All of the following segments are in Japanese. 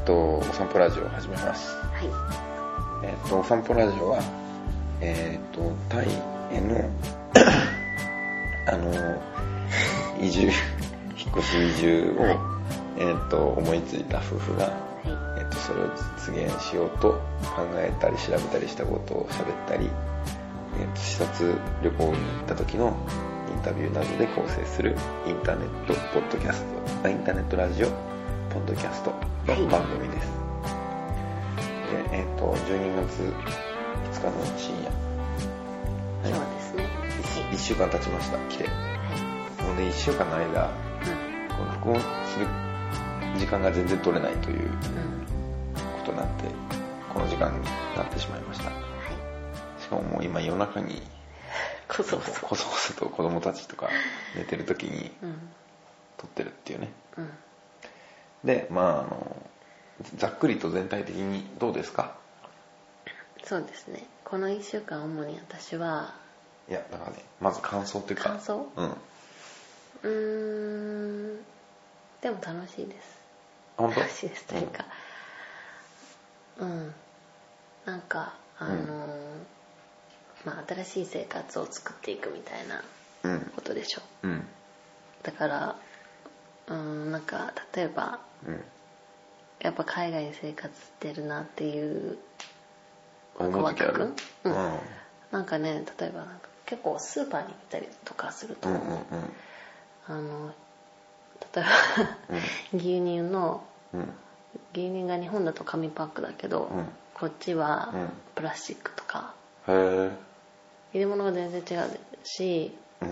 お散歩ラジオを始めます。 はい。 お散歩ラジオは、タイへの移住、引っ越し移住を、思いついた夫婦が、それを実現しようと考えたり調べたりしたことを喋ったり、視察旅行に行った時のインタビューなどで構成するインターネットポッドキャスト、インターネットラジオポッドキャストの番組です。で、12月5日の深夜、 そうですね。 1週間経ちました。来て。なので1週間の間、この録音する時間が全然取れないということになって、この時間になってしまいました。しかももう今夜中にこそこそと子供たちとか寝てる時に撮ってるっていうね。で、ざっくりと全体的にどうですか？ そうですね。この1週間主に私は、 いやだからね、まず感想というか。 感想？でも楽しいです。 本当？ 楽しいですというか、なんか新しい生活を作っていくみたいなことでしょ。だからなんか例えば、やっぱ海外に生活してるなっていう思う時ある？ なんかね、例えばなんか結構スーパーに行ったりとかすると、例えば牛乳が日本だと紙パックだけど、こっちはプラスチックとか、入れ物が全然違うし、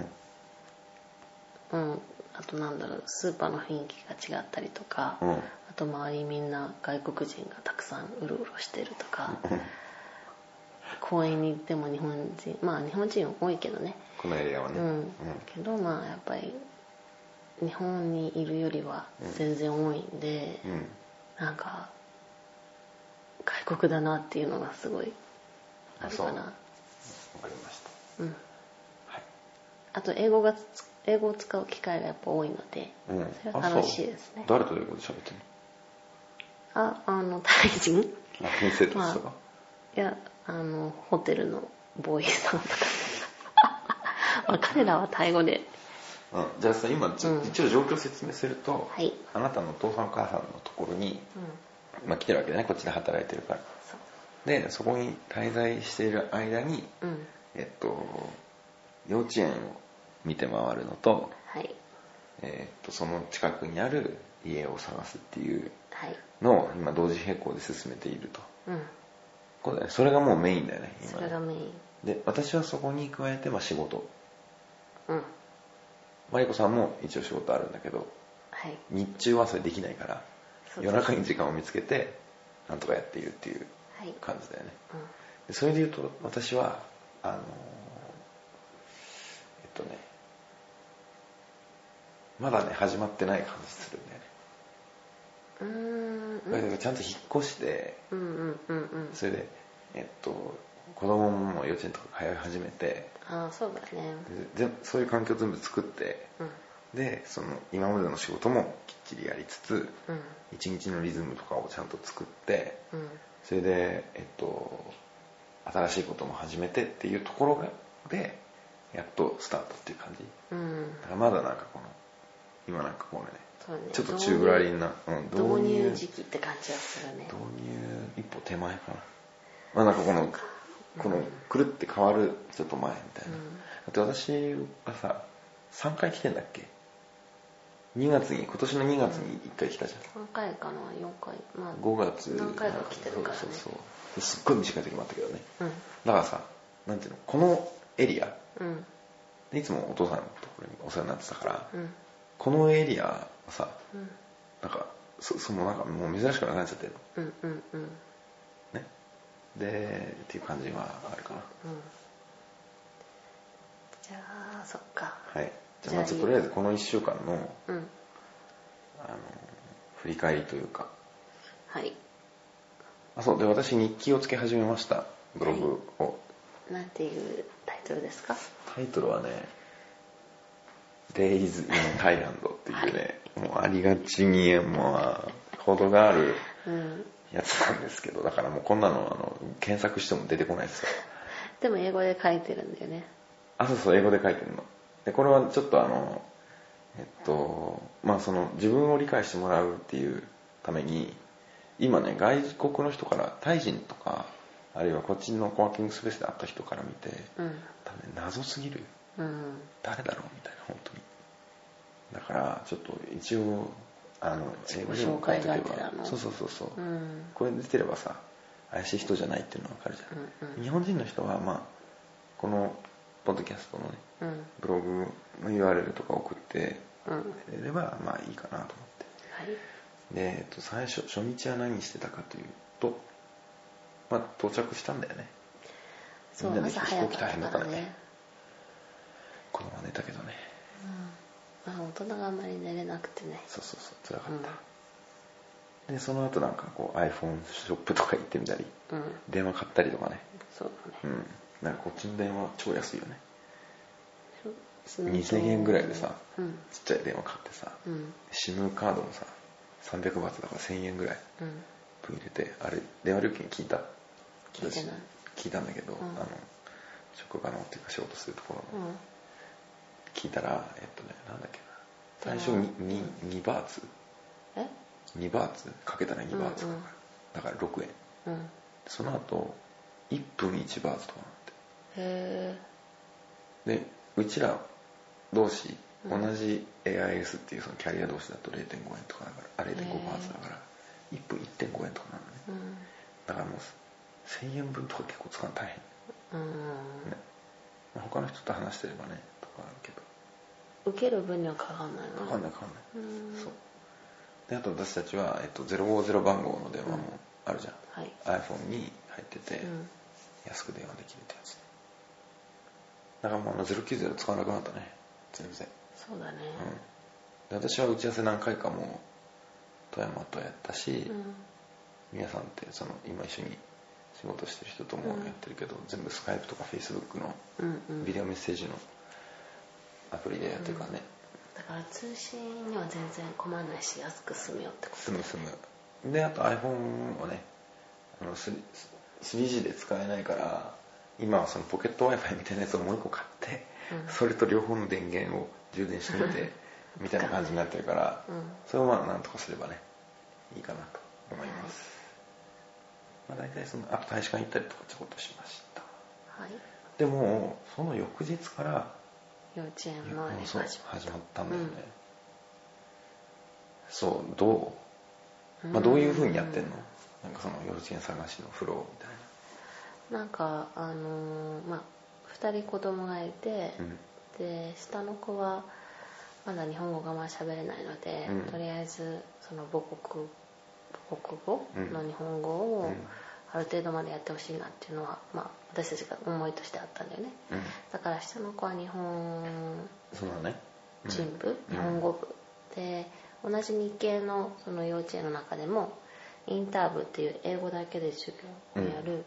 あとスーパーの雰囲気が違ったりとか、あと周りみんな外国人がたくさんうろうろしてるとか、公園に行っても日本人多いけどね、 このエリアはね、 けどやっぱり日本にいるよりは全然多いんで、なんか外国だなっていうのがすごいあるかな。わかりました。 あと英語を使う機会がやっぱ多いので、それは楽しいですね。 誰と英語で喋ってるの？タイ人？ 先生とか？ いや、ホテルのボーイさんとか彼らはタイ語で。 じゃあさ、今一応状況を説明すると、 はい、 あなたのお父さんお母さんのところに、来てるわけね、こっちで働いてるから。でそこに滞在している間に、幼稚園を見て回るのと、その近くにある家を探すっていうのを今同時並行で進めていると。こうだね、それがもうメインだよね、今ね。 それがメインで、私はそこに加えて仕事。マリコさんも一応仕事あるんだけど、日中はそれできないから、夜中に時間を見つけてなんとかやっているっていう感じだよね。でそれで言うと私はまだね始まってない感じするんだよね。だからちゃんと引っ越して、それで子供も幼稚園とか通い始めて、 そうだね。 でそういう環境全部作って、でその今までの仕事もきっちりやりつつ、一日のリズムとかをちゃんと作って、それで新しいことも始めてっていうところでやっとスタートっていう感じ。だからまだなんか今なんかちょっと宙ぶらりんな導入時期って感じはするね。 導入一歩手前かな。なんかこのくるって変わるちょっと前みたいな。だって私がさ3回来てんだっけ。今年の2月に1回来たじゃん。 3回かな、4回、 5月何回か来てるからね。 そうすっごい短い時もあったけどね。だからさ、なんていうの、このエリア、でいつもお父さんのところにお世話になってたから、このエリアはさ、なんかなんかもう珍しくなくなっちゃってるね。でっていう感じはあるかな。 じゃあそっか。 じゃあまずとりあえずこの1週間の、振り返りというか。そうで、私日記をつけ始めました、ブログを。 なんていうタイトルですか？ タイトルはね Days in Thailand っていうね、もうありがちにもう程があるやつなんですけど、だからもうこんなの検索しても出てこないですよ。 でも英語で書いてるんだよね。 そうそう、英語で書いてるので、これはちょっとその自分を理解してもらうっていうために、今ね、外国の人から、タイ人とかあるいはこっちのコワーキングスペースで会った人から見て、多分ね、謎すぎる、誰だろうみたいな、本当に。だからちょっと一応英語でも書いておけば、そう、これ出てればさ、怪しい人じゃないっていうのが分かるじゃん。日本人の人はこのポッドキャストのね、ブログの URL とか送ってればいいかなと思って、で、最初初日は何してたかというと、到着したんだよね。みんなで飛行機大変だったね。子供は寝たけどね。 大人があんまり寝れなくてね。 そう辛かった。でその後なんかiPhone ショップとか行ってみたり、電話買ったりとかね。 そうだね。 なんかこっちの電話超安いよね。2000円ぐらいでさ、ちっちゃい電話買ってさ、SIM カードもさ300バーツだから1000円ぐらい入れて、あれ電話料金聞いた？ 聞いてない。 聞いたんだけど、職場のっていうか仕事するところの、聞いたらなんだっけな、最初に2バーツ2バーツかけたら2バーツだから6円、その後1分1バーツとかなって、でうちら同士同じ AIS っていうそのキャリア同士だと 0.5 円とかだから、0.5 バーツだから1分 1.5 円とかなのね、だからもう1000円分とか結構使うの大変、ね、他の人と話してればねとかあるけど、 受ける分にはかかんないの？ かかんない。そうで、あと私たちは、050番号の電話もあるじゃん、iPhone に入ってて、安く電話できるってやつ。だからもう090使わなくなったね、全然。 そうだね。 で私は打ち合わせ何回かも富山とやったし、皆さんって今一緒に仕事してる人ともやってるけど、全部スカイプとか Facebook のビデオメッセージのアプリでやってるからね、 だから通信には全然困らないし、安く済むよってこと。 済む。であと iPhone をね3G で使えないから、今はそのポケット Wi-Fi みたいなやつをもう一個買って、それと両方の電源を充電してみてみたいな感じになってるから、それをなんとかすればねいいかなと思います。大体あと大使館行ったりとかちょこっとしました。でもその翌日から幼稚園のあれが始まったんだよね。そうどうどういう風にやってんの？なんかその幼稚園探しのフローみたいな。 なんか2人子供がいて、で下の子はまだ日本語があんまり喋れないので、とりあえずその母国語の日本語をある程度までやってほしいなっていうのは、私たちが思いとしてあったんだよね、だから下の子は日本人部、日本語部で、同じ日系のその幼稚園の中でもインター部っていう英語だけで授業をやる、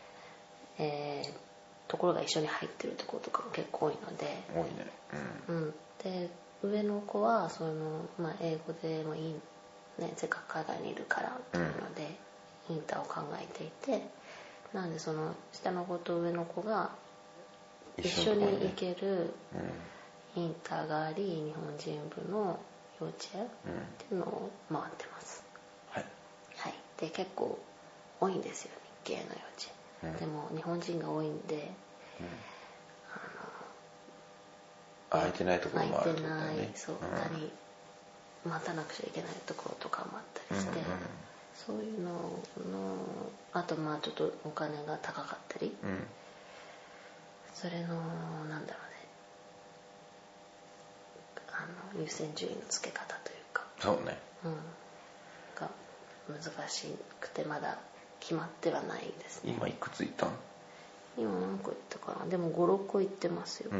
ところが一緒に入ってるところとかも結構多いので、で上の子は英語でもいいね、せっかく海外にいるからっていうので、インターを考えていて、なんでその下の子と上の子が一緒に行けるインターがあり、日本人部の幼稚園っていうのを回ってます。で結構多いんですよ、日系の幼稚園、でも日本人が多いんで、 空いてないところもあるってことだね。 そう、待たなくちゃいけないところとかもあったりして、そういうのの、あとちょっとお金が高かったり、それのなんだろうね、優先順位の付け方というか、 そうね、 が難しくてまだ決まってはないですね。 今いくつ行ったの？ 今何個行ったかな、でも 5,6 個行ってますよ。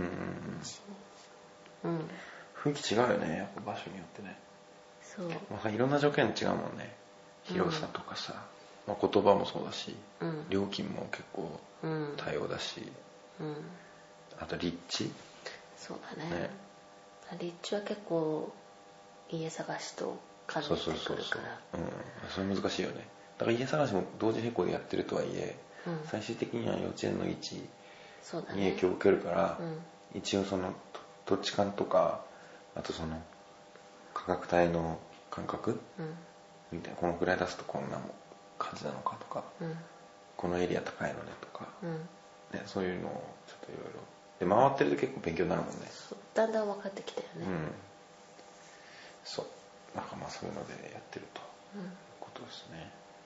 雰囲気違うよね、やっぱ場所によってね。 そう、 いろんな条件違うもんね。広さとかさ、言葉もそうだし、料金も結構多様だし、あと立地。 そうだね。立地は結構家探しと兼ねてくるから。 それ難しいよね。だから家探しも同時並行でやってるとはいえ、最終的には幼稚園の位置に影響を受けるから、一応その土地勘とか、あとその価格帯の感覚、みたいな、このくらい出すとこんな感じなのかとか、このエリア高いのねとか、ね、そういうのをちょっといろいろで回ってると結構勉強になるもんね。 だんだん分かってきたよね。 そう、なんかまあそういうのでやってるということですね。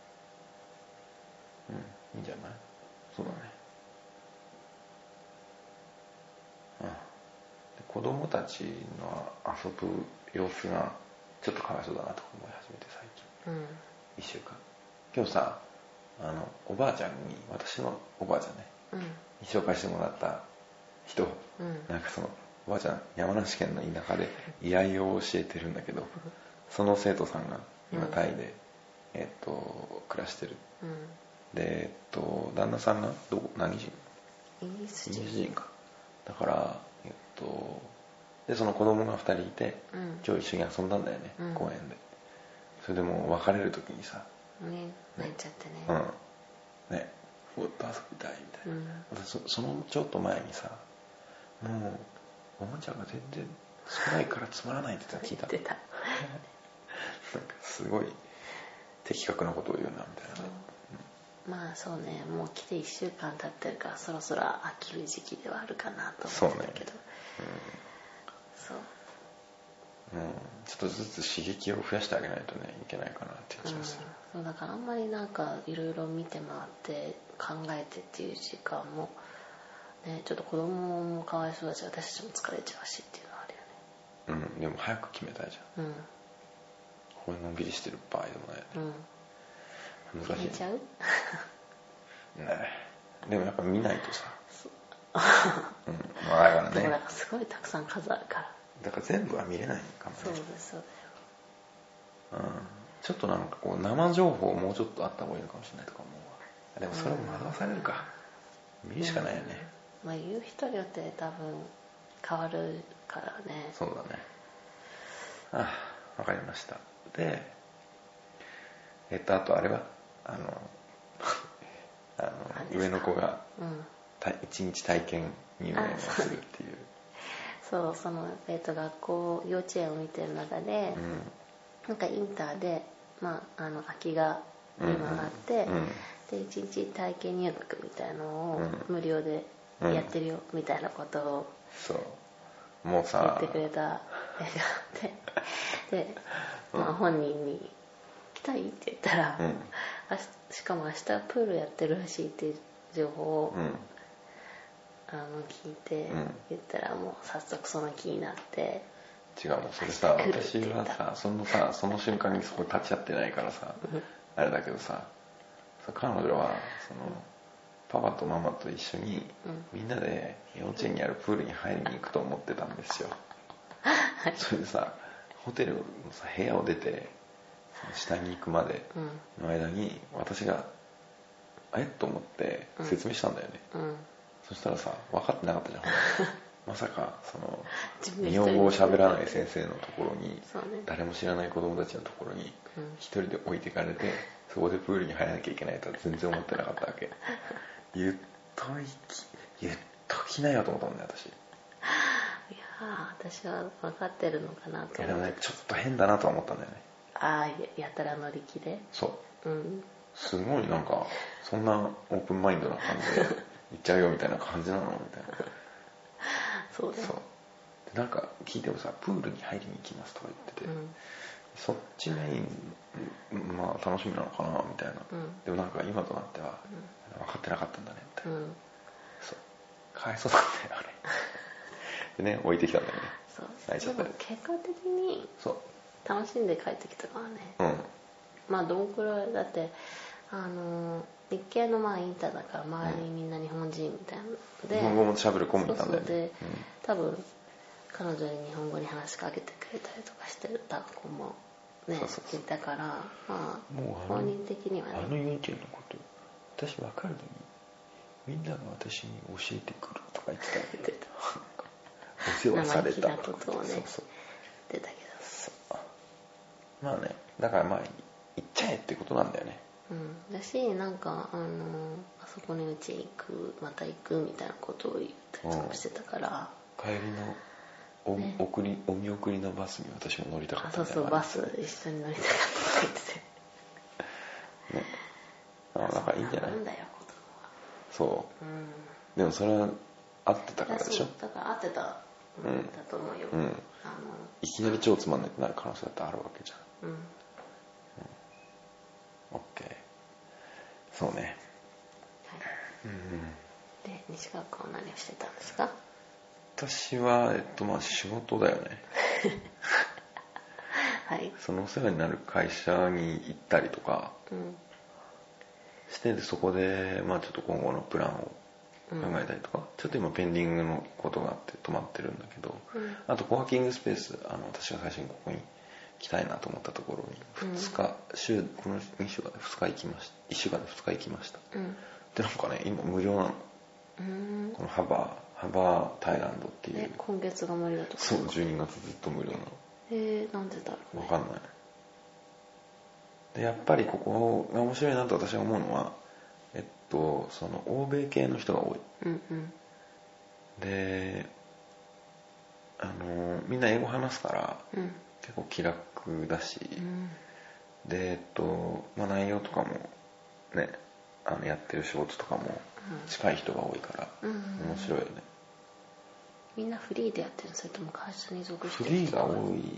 いいんじゃない？そうだね。で子供たちの遊ぶ様子がちょっとかわいそうだなと思い始めて最近。1週間。今日さ、おばあちゃんに、私のおばあちゃんね、に紹介してもらった人、なんかそのおばあちゃん山梨県の田舎で居合を教えてるんだけど、その生徒さんが今タイで、暮らしてる。で、旦那さんが何人？イギリス人か。だから、でその子供が2人いて、今日一緒に遊んだんだよね、公園で。それでもう別れる時にさ、 泣いちゃってね。 ね、ふっと遊びたいみたいな。私そのちょっと前にさ、もうおもちゃが全然少ないからつまらないって聞いた。 言ってた。 なんかすごい的確なことを言うなみたいなね。 まあそうね、もう来て1週間経ってるからそろそろ飽きる時期ではあるかなと思ってたけど、そう、 ちょっとずつ刺激を増やしてあげないとねいけないかなっていう気がする。 そうだからあんまりなんかいろいろ見て回って考えてっていう時間もね、ちょっと子供もかわいそうだし私たちも疲れちゃうしっていうのはあるよね。 でも早く決めたいじゃん。これのんびりしてる場合でもないよね。 難しい。決めちゃう？ ね。でもやっぱ見ないとさ。まあだからね。 でもなんかすごいたくさん数あるから。 だから全部は見れないかもね。 そうですそうだよ。 ちょっとなんかこう生情報もうちょっとあった方がいいのかもしれないとか思うわ。でもそれも惑わされるか。見るしかないよね。 まあ言う人によって多分変わるからね。 そうだね。わかりました。で、あとあれは上の子が一日体験入園をするっていう。 そう、その学校幼稚園を見てる中で、なんかインターで、まあ、空きが今あって、で一日体験入学みたいのを無料でやってるよみたいなことをもうさ言ってくれた映画で、まあ、本人に来たいって言ったら、しかも明日プールやってるらしいっていう情報を、聞いて、言ったらもう早速その気になって。 違う、もうそれさ、私はさその瞬間にそこ立ち会ってないからさ、あれだけどさ、彼女はそのパパとママと一緒にみんなで幼稚園にあるプールに入りに行くと思ってたんですよ。それでさ、ホテルのさ部屋を出て下に行くまでの間に私がと思って説明したんだよね。そしたらさ、分かってなかったじゃん。まさかその日本語を喋らない先生のところに、誰も知らない子供たちのところに一人で置いてかれて、そこでプールに入らなきゃいけないとは全然思ってなかったわけ。言っときなよと思ったもんね、私。いや私は分かってるのかなと思って。 でもね、ちょっと変だなとは思ったんだよね。 やたら乗り気で。 そう、すごいなんかそんなオープンマインドな感じで行っちゃうよみたいな感じなのみたいな。 そうだよ。 でなんか聞いてもさ、プールに入りに行きますとか言ってて、そっちメイン、まあ楽しみなのかなみたいな、でもなんか今となっては、分かってなかったんだねみたいな、そうかわいそうなんだよあれでね、置いてきたんだよね。泣いちゃったり。 でも結果的に楽しんで帰ってきたからね。まあどんくらいだって日系のまあインターだから周りにみんな日本人みたいなので、 日本語も喋る子もいたんだよね。 で多分彼女に日本語に話しかけてくれたりとかしてた子もねいたから、まあ本人的にはね、 幼稚園のこと私分かるのにみんなが私に教えてくるとか言ってたわけでお世話された生意気なことをね言ってたけど、 まあね、だからまあ行っちゃえってことなんだよね。 だし、なんかあそこにうち行く、また行くみたいなことを言ったりとかしてたから、 帰りのお見送りのバスに私も乗りたかったんだよね。 そうバス一緒に乗りたかったって言ってね、なんかいいんじゃない？ なんだよそう、でもそれは合ってたからでしょ。 だから合ってただと思うよ、 いきなり超つまんないってなる可能性だってあるわけじゃん。オッケー。そうね。 はい。で、西川君は何をしてたんですか？ 私はまあ仕事だよね。 はい。 そのお世話になる会社に行ったりとかして、そこでまあちょっと今後のプランを考えたりとか、ちょっと今ペンディングのことがあって止まってるんだけど、あとコワーキングスペース、私が最初にここに来たいなと思ったところに2日、この2週間で2日行きました。1週間で2日行きました。でなんかね、今無料なの。このハバータイランドっていう。 今月が無料とか？ そう、12月ずっと無料なの。 なんでだろうね。 分かんない。でやっぱりここが面白いなと私が思うのは、その欧米系の人が多い。でみんな英語話すから、結構気楽だし、でまあ、内容とかもね、やってる仕事とかも近い人が多いから面白いよね。 みんなフリーでやってるの？それとも会社に属してる？ フリーが多いね。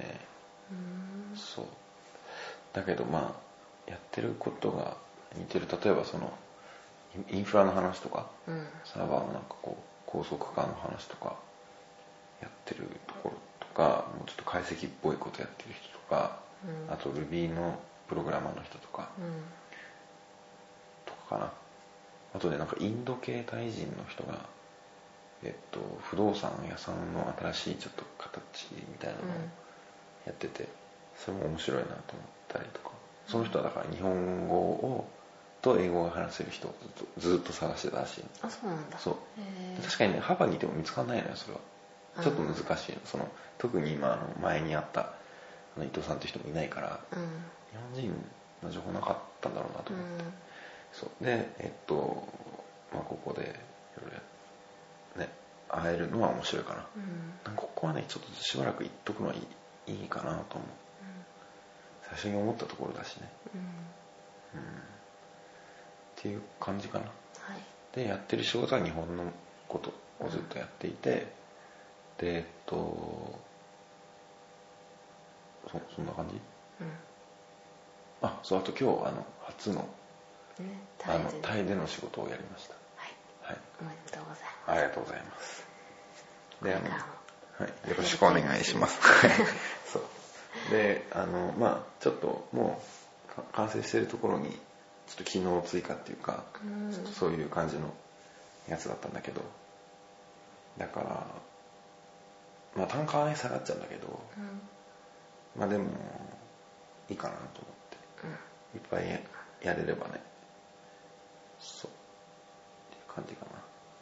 そうだけどまあやってることが似てる。例えばそのインフラの話とか、サーバーのなんかこう高速化の話とかやってるところとか、もうちょっと解析っぽいことやってる人とか、あと Ruby のプログラマーの人とか、とかかな。あとでなんかインド系タイ人の人が不動産屋さんの新しいちょっと形みたいなのをやってて、それも面白いなと思ったりとか。その人はだから日本語と英語が話せる人をずっと探してたらしい。 そうなんだ。 そう確かにね、ハバにいても見つかんないのよ。それはちょっと難しいの。特に今前にあった伊藤さんって人もいないから、日本人の情報なかったんだろうなと思って、そうでまあ、ここでいろいろね会えるのは面白いかな。ここはねちょっとしばらく行っとくのはいいかなと思う。最初に思ったところだしね。っていう感じかな。でやってる仕事は日本のことをずっとやっていて、でそんな感じ。そう、あと今日初のタイでの仕事をやりました。はい、 おめでとうございます。 ありがとうございます。でよろしくお願いします。そうでまあちょっともう完成してるところにちょっと機能追加っていうか、ちょっとそういう感じのやつだったんだけど、だからまあ単価はね下がっちゃうんだけど、まあでもいいかなと思って、いっぱいやれればね、そうっていう感じかな。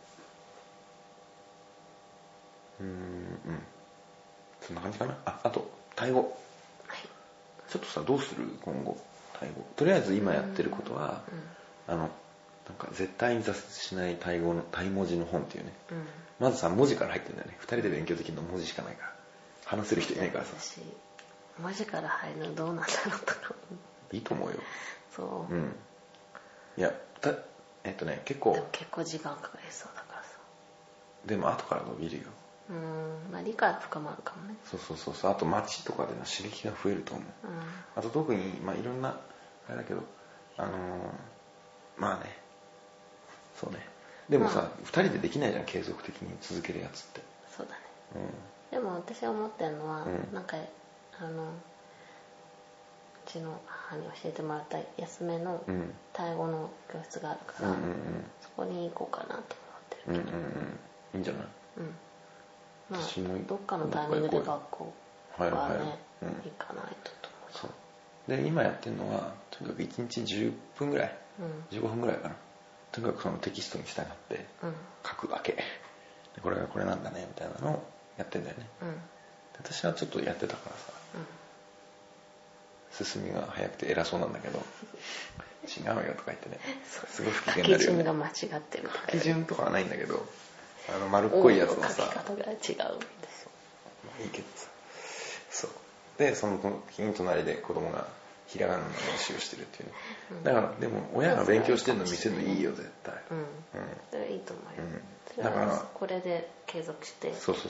そんな感じかな。あとタイ語、ちょっとさ、どうする今後タイ語。とりあえず今やってることは、なんか絶対に挫折しないタイ文字の本っていうね、まずさ文字から入ってるんだよね。2人で勉強できるの文字しかないから、話せる人いないからさ。 私文字から入るのどうなんだろうとか。 いいと思うよ。 そう。 いや結構時間かかりそうだからさ。 でも後から伸びるよ。 まあ理解深まるかもね。 そう。あと街とかでの刺激が増えると思う。あと特にまあいろんなあれだけどまあね、そうね。でもさ、2人でできないじゃん、継続的に続けるやつって。 そうだね。でも私が思ってるのは、なんかうちの母に教えてもらった安めのタイ語の教室があるから、そこに行こうかなと思ってるけど。 いいんじゃない。 まあどっかのタイミングで学校はね、行かないとと思う。 そうで今やってるのはとにかく1日10分ぐらい、15分ぐらいかな。とにかくそのテキストに従って書くだけ、でこれがこれなんだねみたいなのをやってんだよね。私はちょっとやってたからさ、 進みが早くて偉そうなんだけど違うよとか言ってね、すごい不機嫌になるよね。 書き順が間違ってるとか。 書き順とかはないんだけど、丸っこいやつのさ、 書き方が違うみたいな。 まあいいけどさ、そうでその時に隣で子供がひらがなの練習をしてるっていうね、だからでも親が勉強してるの見せるのいいよ絶対。 それいいと思うよ。 だからこれで継続して。 そう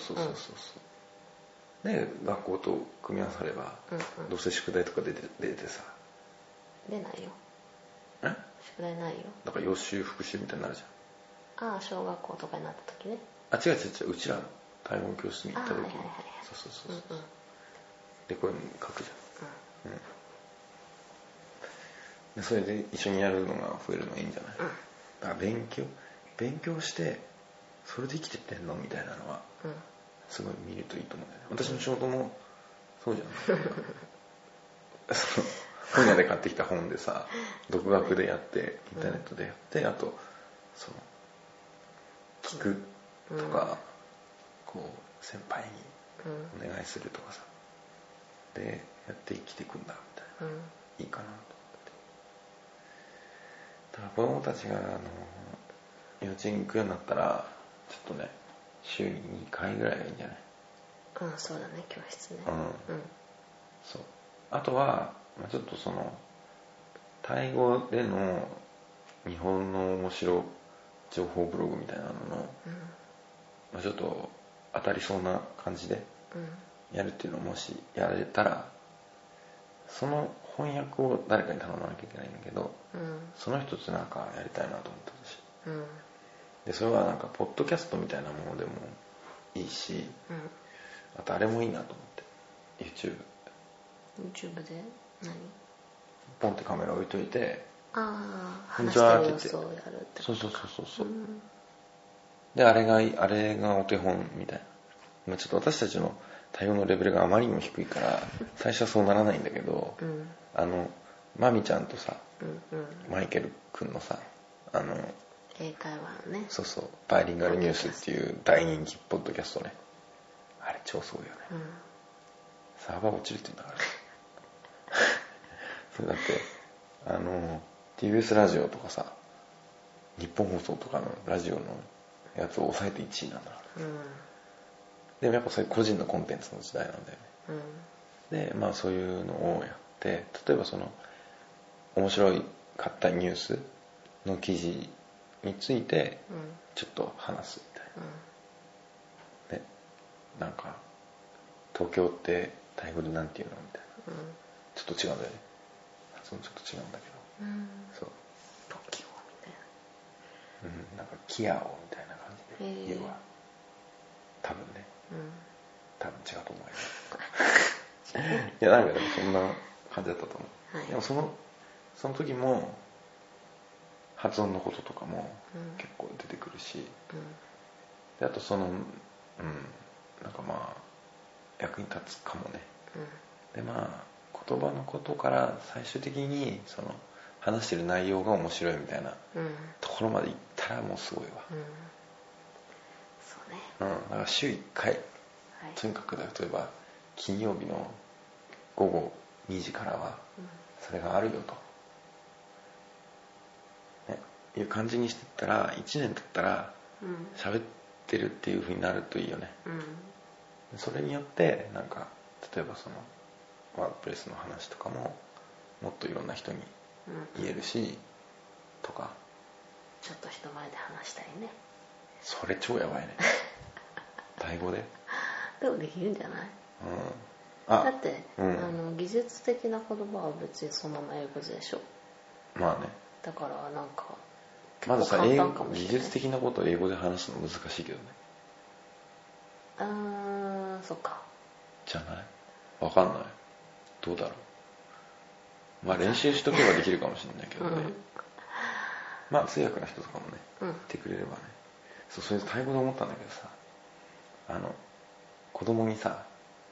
で学校と組み合わされば、どうせ宿題とか出てさ、 出ないよ。宿題ないよ。 だから予習復習みたいになるじゃん。ああ、小学校とかになった時ね。 違ううちらのタイ語教室に行った時に、そうでこれ書くじゃん、でそれで一緒にやるのが増えるのがいいんじゃない、だから勉強してそれで生きてってんのみたいなのは、すごい見るといいと思うんだよね。私の仕事もそうじゃん本屋で買ってきた本でさ、独学でやってインターネットでやって、あとその聞くとか、こう先輩にお願いするとかさ、でやって生きていくんだみたいな、いいかなと思って。だから子供たちが幼稚園行くようになったらちょっとね、週に2回ぐらいがいいんじゃない？ そうだね、教室ね。 そう。あとはちょっとそのタイ語での日本の面白情報ブログみたいなのの、ちょっと当たりそうな感じでやるっていうのをもしやれたら、その翻訳を誰かに頼まなきゃいけないんだけど、その一つなんかやりたいなと思ったし、でそれはなんかポッドキャストみたいなものでもいいし、あとあれもいいなと思って、 YouTube で何？ ポンってカメラ置いといて、 こんにちはって言って、そうであれがお手本みたいな。ちょっと私たちの対応のレベルがあまりにも低いから最初はそうならないんだけど、マミちゃんとさ、マイケル君のさ、 英会話のね、 バイリンガルニュースっていう大人気ポッドキャストね、あれ超すごいよね、サーバー落ちるって言うんだからそれだってTBS ラジオとかさ、日本放送とかのラジオのやつを抑えて1位なんだから、でもやっぱそういう個人のコンテンツの時代なんだよね、でまあそういうのをやって、例えばその面白いかったニュースの記事についてちょっと話すみたいな、でなんか東京ってタイ語でなんていうのみたいな、ちょっと違うんだよね、発音ちょっと違うんだけど、そうトキオみたいな、 なんかキアオみたいな感じで言うわ、多分ね、多分違うと思うよいやなんかでもそんな感じだったと思う、でもその時も発音のこととかも結構出てくるし、であとそのなんかまあ役に立つかもね、でまあ言葉のことから最終的にその話してる内容が面白いみたいなところまでいったらもうすごいわ、 そうね、 だから週1回、とにかく例えば金曜日の午後2時からはそれがあるよと、いう感じにしてったら、1年経ったら喋ってるっていう風になるといいよね、それによってなんか例えばそのワードプレスの話とかももっといろんな人に言えるし、とかちょっと人前で話したいね、 それ超やばいねタイ語ででもできるんじゃない？だって、技術的な言葉は別にそのまま英語でしょ。 まあね、 だからなんかまずさ、技術的なことを英語で話すの難しいけどね。 そっか。 じゃない？わかんない。どうだろう。まあ練習しとけばできるかもしれないけどね。まあ通訳の人とかもね、言ってくれればね。それでタイ語で思ったんだけどさ、子供にさ、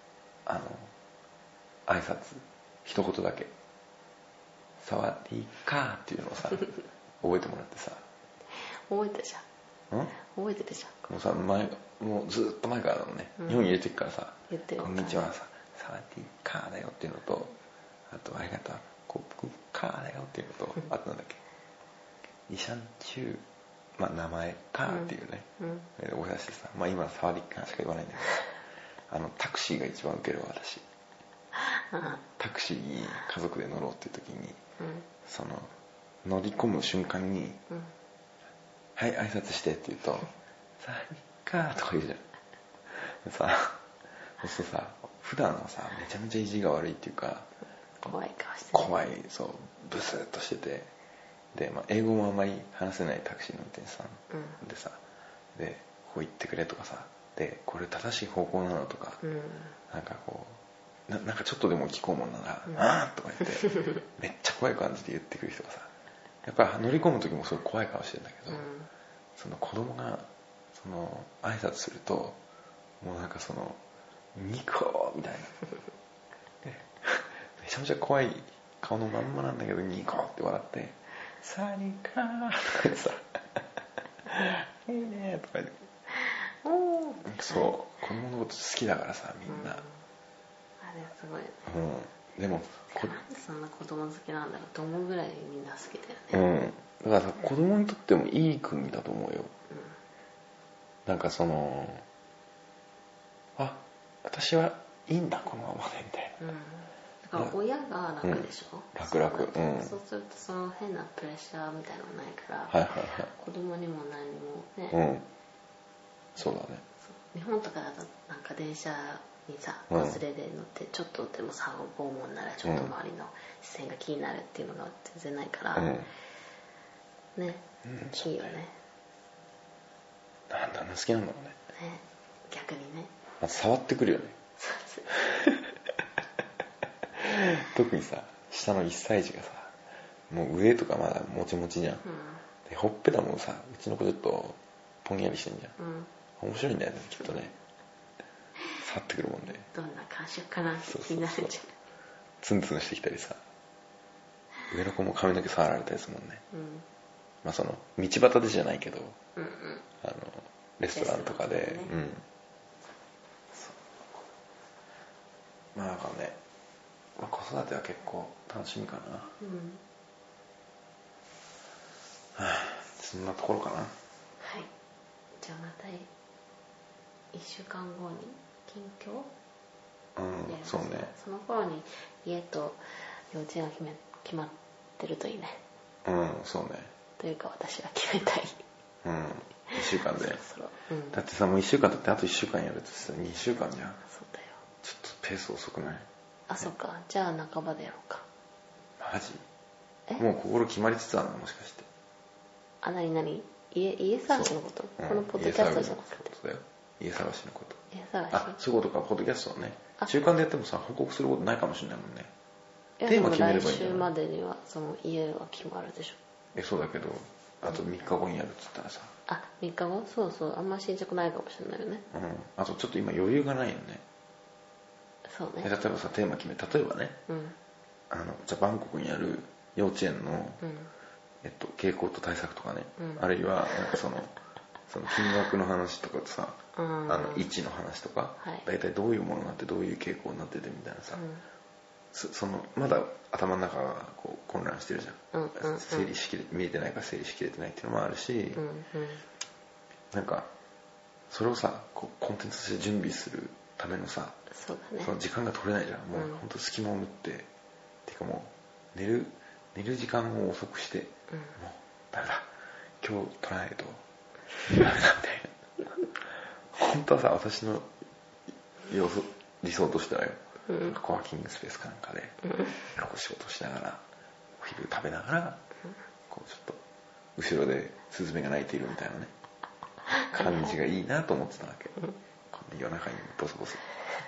挨拶一言だけ、サワディーカーっていうのをさ覚えてもらってさ、 覚えてるじゃん、覚えてるじゃん。 もうさ、もうずっと前からだもんね、日本に入れてるからさ、こんにちはさ、サワディーカーだよっていうのと、 あとありがとうコップカーだよっていうのと、あとなんだっけイシャンチュー、まあ名前カーっていうね、お出してさ、まあ今触り感しか言わないんだけど、タクシーが一番ウケるわ私。タクシーに家族で乗ろうっていう時に、その乗り込む瞬間に、はい挨拶してって言うとさあカーとか言うじゃん。さそうするとさ、普段はさめちゃめちゃ意地が悪いっていうか、 怖い顔してる、 怖い、そうブスッとしてて、で、まあ、英語もあんまり話せないタクシーの運転手さんでさ、でこう言ってくれとかさ、でこれ正しい方向なのとか、なんかこうなんかちょっとでも聞こうもんなら、あーとか言ってめっちゃ怖い感じで言ってくる人がさ、やっぱり乗り込む時もすごい怖い顔してるんだけど、その子供がその挨拶するともうなんかそのニコーみたいなめちゃめちゃ怖い顔のまんまなんだけどニコーって笑ってサニカーとか言ってさいいねとか言って、そう子供のこと好きだからさみんな、 あれすごいね、 でもなんでそんな子供好きなんだろうと思うぐらいみんな好きだよね。 だからさ子供にとってもいい国だと思うよ。なんかそのあ私はいいんだこのままでみたいな、 だから親が楽でしょ、 楽、 そうするとその変なプレッシャーみたいなのないから、子供にも何もね、 そうだね。 日本とかだとなんか電車にさ忘れで乗ってちょっとでもさ拷問ならちょっと周りの視線が気になるっていうのが全然ないから、ね、いいよね。 なんだ好きなんだろうね。 逆にね、 まず触ってくるよね特にさ下の1歳児がさもう腕とかまだもちもちじゃん、でほっぺたもさうちの子ちょっとぽんやりしてんじゃん、面白いんだよねきっとね触ってくるもんで、 どんな感触かなって気になるじゃん。 ツンツンしてきたりさ、上の子も髪の毛触られたりするもんね、まあその道端でじゃないけど、レストランとかで、まあなんかね、まあ、子育ては結構楽しみかな、そんなところかな。はい、 じゃあまた1週間後に近況、 そうね。 その頃に家と幼稚園が決まってるといいね。 そうね。 というか私は決めたい。 1週間で。 そろだってさもう1週間経ってあと1週間やるとさ2週間じゃん。 そうだよ。 ちょっとペース遅くない？ そっか。じゃあ半ばでやろうか。 マジ？もう心決まりつつあるのもしかして。 何家探しのこと？このポッドキャストじゃなくて。 そうだよ。家探しのこと。 家探し。 そういうことか。ポッドキャストをね。中間でやってもさ報告することないかもしれないもんね。 テーマ決めればいいんじゃない？来週までにはその家は決まるでしょ。 そうだけどあと3日後にやるっつったらさ。 3日後？そうそう、あんま進捗ないかもしれないよね。 あとちょっと今余裕がないよね。 そうね。 例えばさテーマ決め、例えばね、じゃあバンコクにある幼稚園の、傾向と対策とかね、あるいはなんかその金額の話とかさ、位置の話とか、大体どういうものになってどういう傾向になっててみたいなさ、そのまだ頭の中がこう混乱してるじゃん、整理しきれ見えてないから整理しきれてないっていうのもあるし、なんかそれをさこうコンテンツとして準備するためのさ、 そうだね、 その時間が取れないじゃん。もう本当隙間を縫っててかもう寝る時間を遅くして、もうダメだ今日取らないとダメだみたいな本当はさ私の理想としてはよ、コワーキングスペースかなんかで、こう仕事しながらお昼食べながら、こうちょっと後ろでスズメが鳴いているみたいなね感じがいいなと思ってたわけ、こんな夜中にボソボソ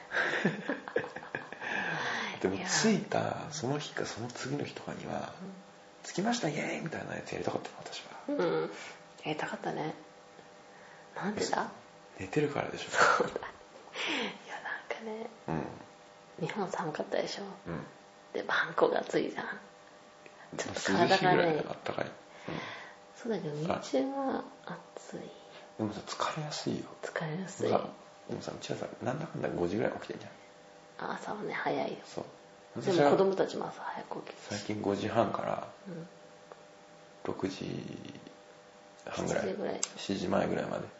でも着いたその日かその次の日とかには、着きましたイエーイみたいなやつやりたかったの私は。 やりたかったね。なんでだ？ 寝てるからでしょ。 そうだ。いやなんかね、日本寒かったでしょ。でバンコク暑いじゃん。ちょっと体がね、 あったかい。 そうだけど日中は暑い。 でもさ疲れやすいよ。 疲れやすい。 でもさうちはさなんだかんだ5時ぐらい起きてんじゃん。 朝はね早いよ。 そうでも子供たちも朝早く起きる。 最近5時半から6時半ぐらい、7時前ぐらいまで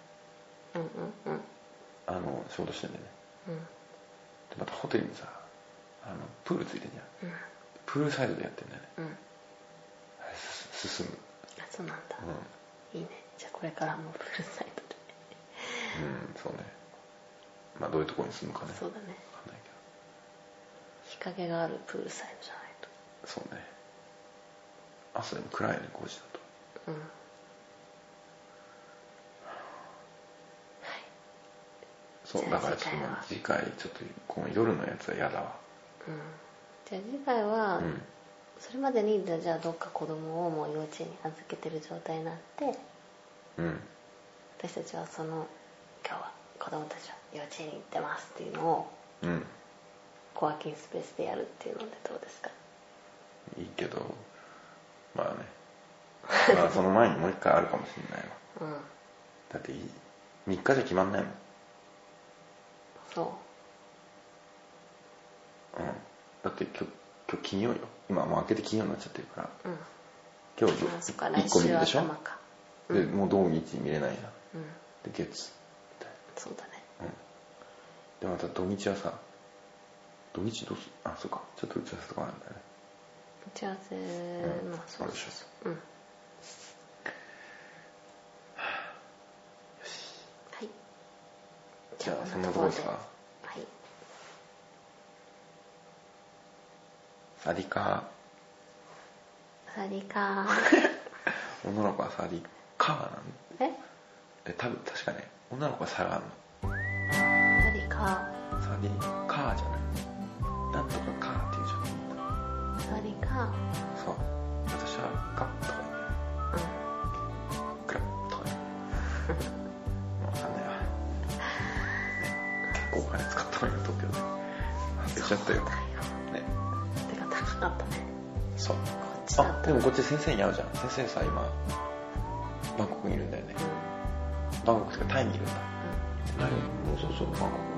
仕事してんだよね。でまたホテルにさプールついてんじゃん、プールサイドでやってんだよね、進む。 あ、そうなんだ、いいね。じゃあこれからもプールサイドでそうね。まあどういうところに住むかね。 そうだね。 分かんないけど、 日陰があるプールサイドじゃないと。 そうね。朝でも暗いね、5時だと。そうだからちょっと次回ちょっとこの夜のやつは嫌だわ。 じゃあ次回は、それまでにじゃあどっか子供をもう幼稚園に預けてる状態になって、私たちはその今日は子供たちは幼稚園に行ってますっていうのを、コワーキングスペースでやるっていうのでどうですか？ いいけど、まあねまあその前にもう一回あるかもしれないわ。だって3日じゃ決まんないもん。 そう。 だって今日金曜よ。今もう明けて金曜になっちゃってるから、今日1個見るでしょ。でもう土日見れないじゃん、で月みたいな。 そうだね。 でまた土日はさ、土日どうする？あ、そうか、ちょっと打ち合わせとかあるんだよね。 打ち合わせ、まあそうでしょ。よし。はい。 じゃあそんなところですか。 はい。 サディカー。サディカー。女の子はサディカーなの？多分確かね、女の子は差があるの。 サディカー。 サディカーじゃない。なんとかカーっていうじゃん。 サディカー。 そう。私はカッとかクラッとかね。わかんないわ。結構お金使ったのよ、東京で。忘れちゃったよ。ね。 てか高かったね。 そう。でもこっち先生に会うじゃん。先生さ、今バンコクにいるんだよね。バンコクってかタイにいるんだ。もうそうバンコク